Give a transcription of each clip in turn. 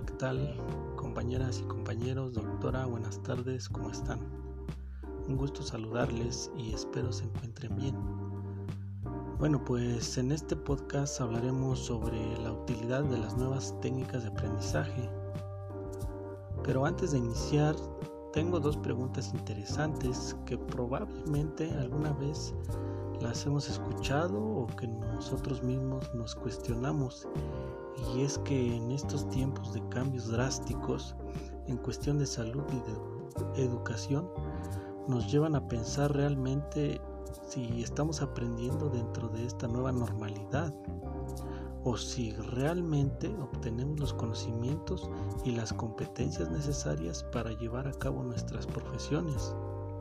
¿qué tal? Compañeras y compañeros, doctora, buenas tardes, ¿cómo están? Un gusto saludarles y espero se encuentren bien. Bueno, pues en este podcast hablaremos sobre la utilidad de las nuevas técnicas de aprendizaje. Pero antes de iniciar, tengo dos preguntas interesantes que probablemente alguna vez las hemos escuchado o que nosotros mismos nos cuestionamos. Y es que en estos tiempos de cambios drásticos en cuestión de salud y de educación nos llevan a pensar realmente si estamos aprendiendo dentro de esta nueva normalidad o si realmente obtenemos los conocimientos y las competencias necesarias para llevar a cabo nuestras profesiones.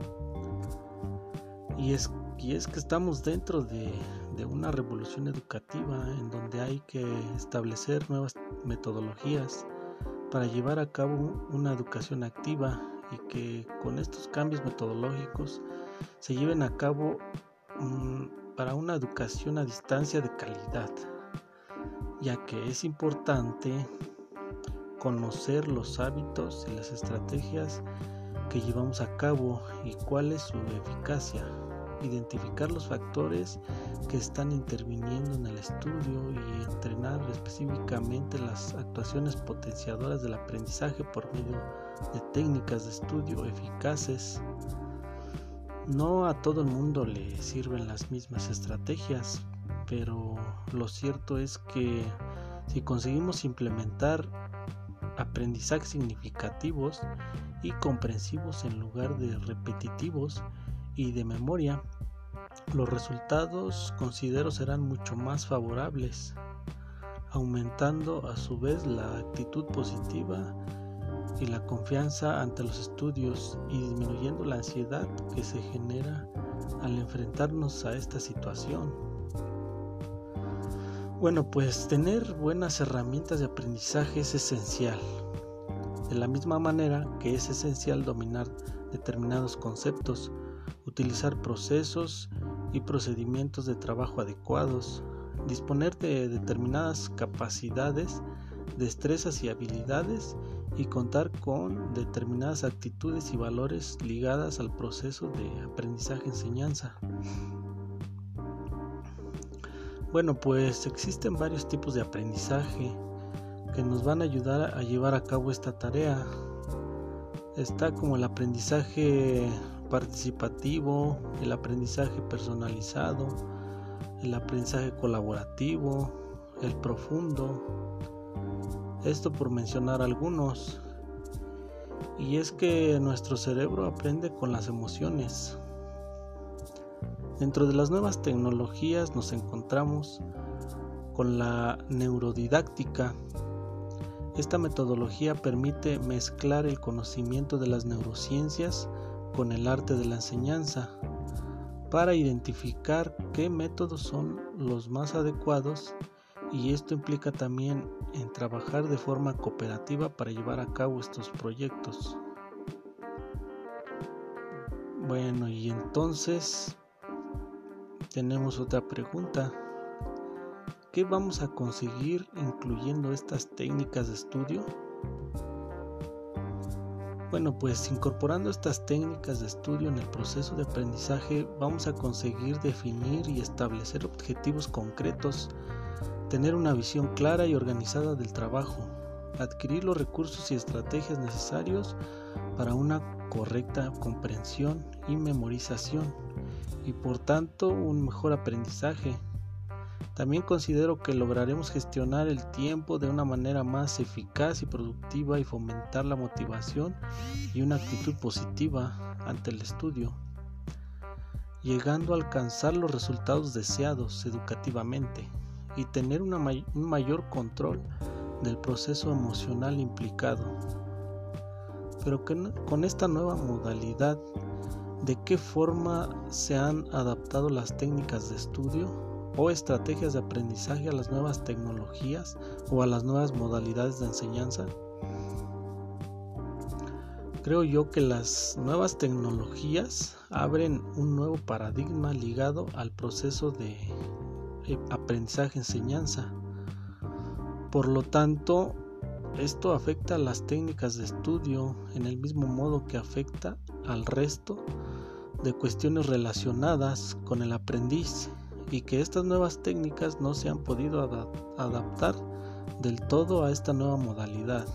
Y es que estamos dentro de una revolución educativa en donde hay que establecer nuevas metodologías para llevar a cabo una educación activa y que con estos cambios metodológicos se lleven a cabo para una educación a distancia de calidad, ya que es importante conocer los hábitos y las estrategias que llevamos a cabo y cuál es su eficacia, identificar los factores que están interviniendo en el estudio y entrenar específicamente las actuaciones potenciadoras del aprendizaje por medio de técnicas de estudio eficaces. No a todo el mundo le sirven las mismas estrategias, pero lo cierto es que si conseguimos implementar aprendizajes significativos y comprensivos en lugar de repetitivos y de memoria, los resultados considero serán mucho más favorables, aumentando a su vez la actitud positiva y la confianza ante los estudios y disminuyendo la ansiedad que se genera al enfrentarnos a esta situación. Bueno, pues tener buenas herramientas de aprendizaje es esencial, de la misma manera que es esencial dominar determinados conceptos, utilizar procesos y procedimientos de trabajo adecuados, disponer de determinadas capacidades, destrezas y habilidades y contar con determinadas actitudes y valores ligadas al proceso de aprendizaje-enseñanza. Bueno, pues existen varios tipos de aprendizaje que nos van a ayudar a llevar a cabo esta tarea. Está como el aprendizaje participativo, el aprendizaje personalizado, el aprendizaje colaborativo, el profundo. Esto por mencionar algunos. Y es que nuestro cerebro aprende con las emociones. Dentro de las nuevas tecnologías nos encontramos con la neurodidáctica. Esta metodología permite mezclar el conocimiento de las neurociencias con el arte de la enseñanza para identificar qué métodos son los más adecuados, y esto implica también en trabajar de forma cooperativa para llevar a cabo estos proyectos. Bueno, y entonces tenemos otra pregunta. ¿Qué vamos a conseguir incluyendo estas técnicas de estudio? Bueno, pues incorporando estas técnicas de estudio en el proceso de aprendizaje vamos a conseguir definir y establecer objetivos concretos, tener una visión clara y organizada del trabajo, adquirir los recursos y estrategias necesarios para una correcta comprensión y memorización y por tanto un mejor aprendizaje. También considero que lograremos gestionar el tiempo de una manera más eficaz y productiva y fomentar la motivación y una actitud positiva ante el estudio, llegando a alcanzar los resultados deseados educativamente y tener un mayor control del proceso emocional implicado. Pero con esta nueva modalidad, ¿de qué forma se han adaptado las técnicas de estudio o estrategias de aprendizaje a las nuevas tecnologías o a las nuevas modalidades de enseñanza? Creo yo que las nuevas tecnologías abren un nuevo paradigma ligado al proceso de aprendizaje-enseñanza. Por lo tanto, esto afecta a las técnicas de estudio en el mismo modo que afecta al resto de cuestiones relacionadas con el aprendiz, y que estas nuevas técnicas no se han podido adaptar del todo a esta nueva modalidad.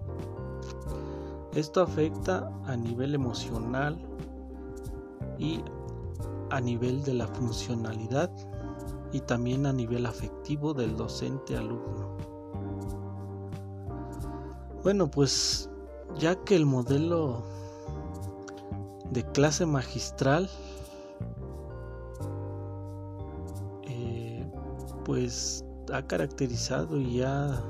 Esto afecta a nivel emocional y a nivel de la funcionalidad, y también a nivel afectivo del docente-alumno. Bueno, pues ya que el modelo de clase magistral pues ha caracterizado y ya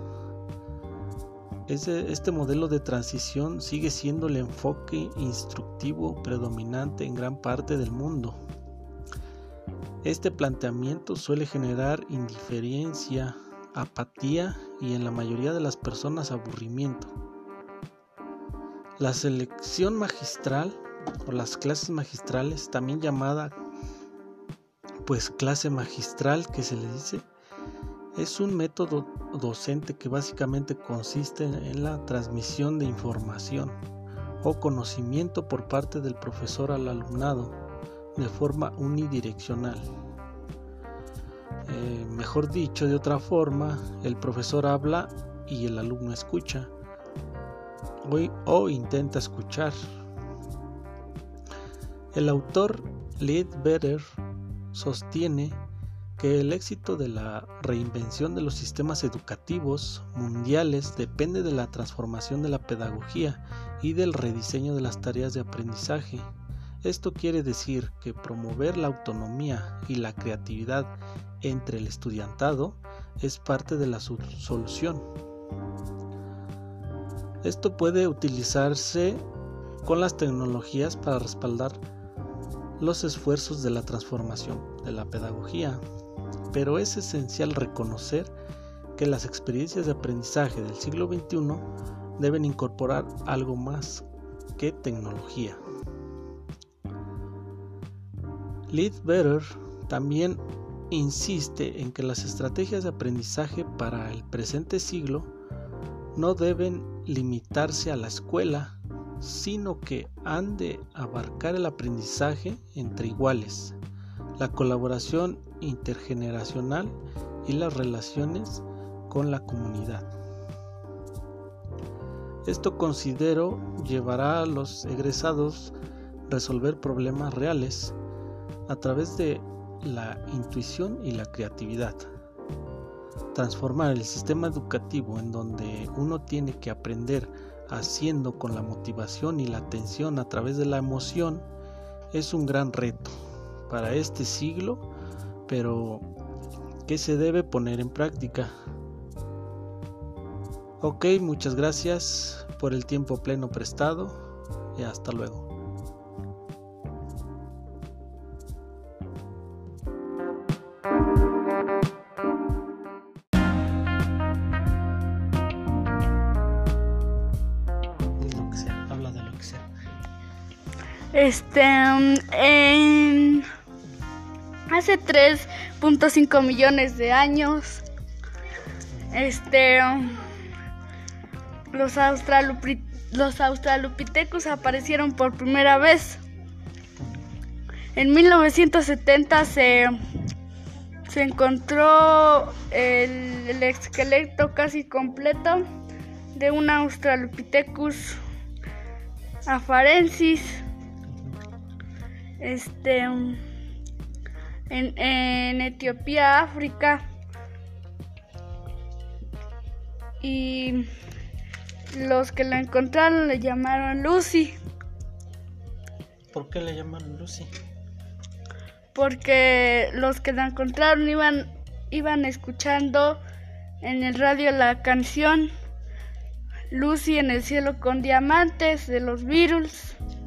este modelo de transición sigue siendo el enfoque instructivo predominante en gran parte del mundo. Este planteamiento suele generar indiferencia, apatía y en la mayoría de las personas aburrimiento. La selección magistral o las clases magistrales, también llamada pues clase magistral que se le dice, es un método docente que básicamente consiste en la transmisión de información o conocimiento por parte del profesor al alumnado de forma unidireccional. Mejor dicho, de otra forma, el profesor habla y el alumno escucha o intenta escuchar. El autor Leadbeater sostiene que el éxito de la reinvención de los sistemas educativos mundiales depende de la transformación de la pedagogía y del rediseño de las tareas de aprendizaje. Esto quiere decir que promover la autonomía y la creatividad entre el estudiantado es parte de la solución. Esto puede utilizarse con las tecnologías para respaldar los esfuerzos de la transformación de la pedagogía, pero es esencial reconocer que las experiencias de aprendizaje del siglo XXI deben incorporar algo más que tecnología. Leadbeater también insiste en que las estrategias de aprendizaje para el presente siglo no deben limitarse a la escuela, sino que han de abarcar el aprendizaje entre iguales, la colaboración intergeneracional y las relaciones con la comunidad. Esto considero llevará a los egresados a resolver problemas reales a través de la intuición y la creatividad. Transformar el sistema educativo en donde uno tiene que aprender haciendo con la motivación y la atención a través de la emoción es un gran reto para este siglo, pero que se debe poner en práctica. Ok, muchas gracias por el tiempo pleno prestado y hasta luego. Hace 3.5 millones de años, los Australopithecus aparecieron por primera vez. En 1970 se encontró el esqueleto casi completo de un Australopithecus afarensis en Etiopía, África, y los que la encontraron le llamaron Lucy. ¿Por qué le llamaron Lucy? Porque los que la encontraron iban escuchando en el radio la canción Lucy en el cielo con diamantes de los Beatles.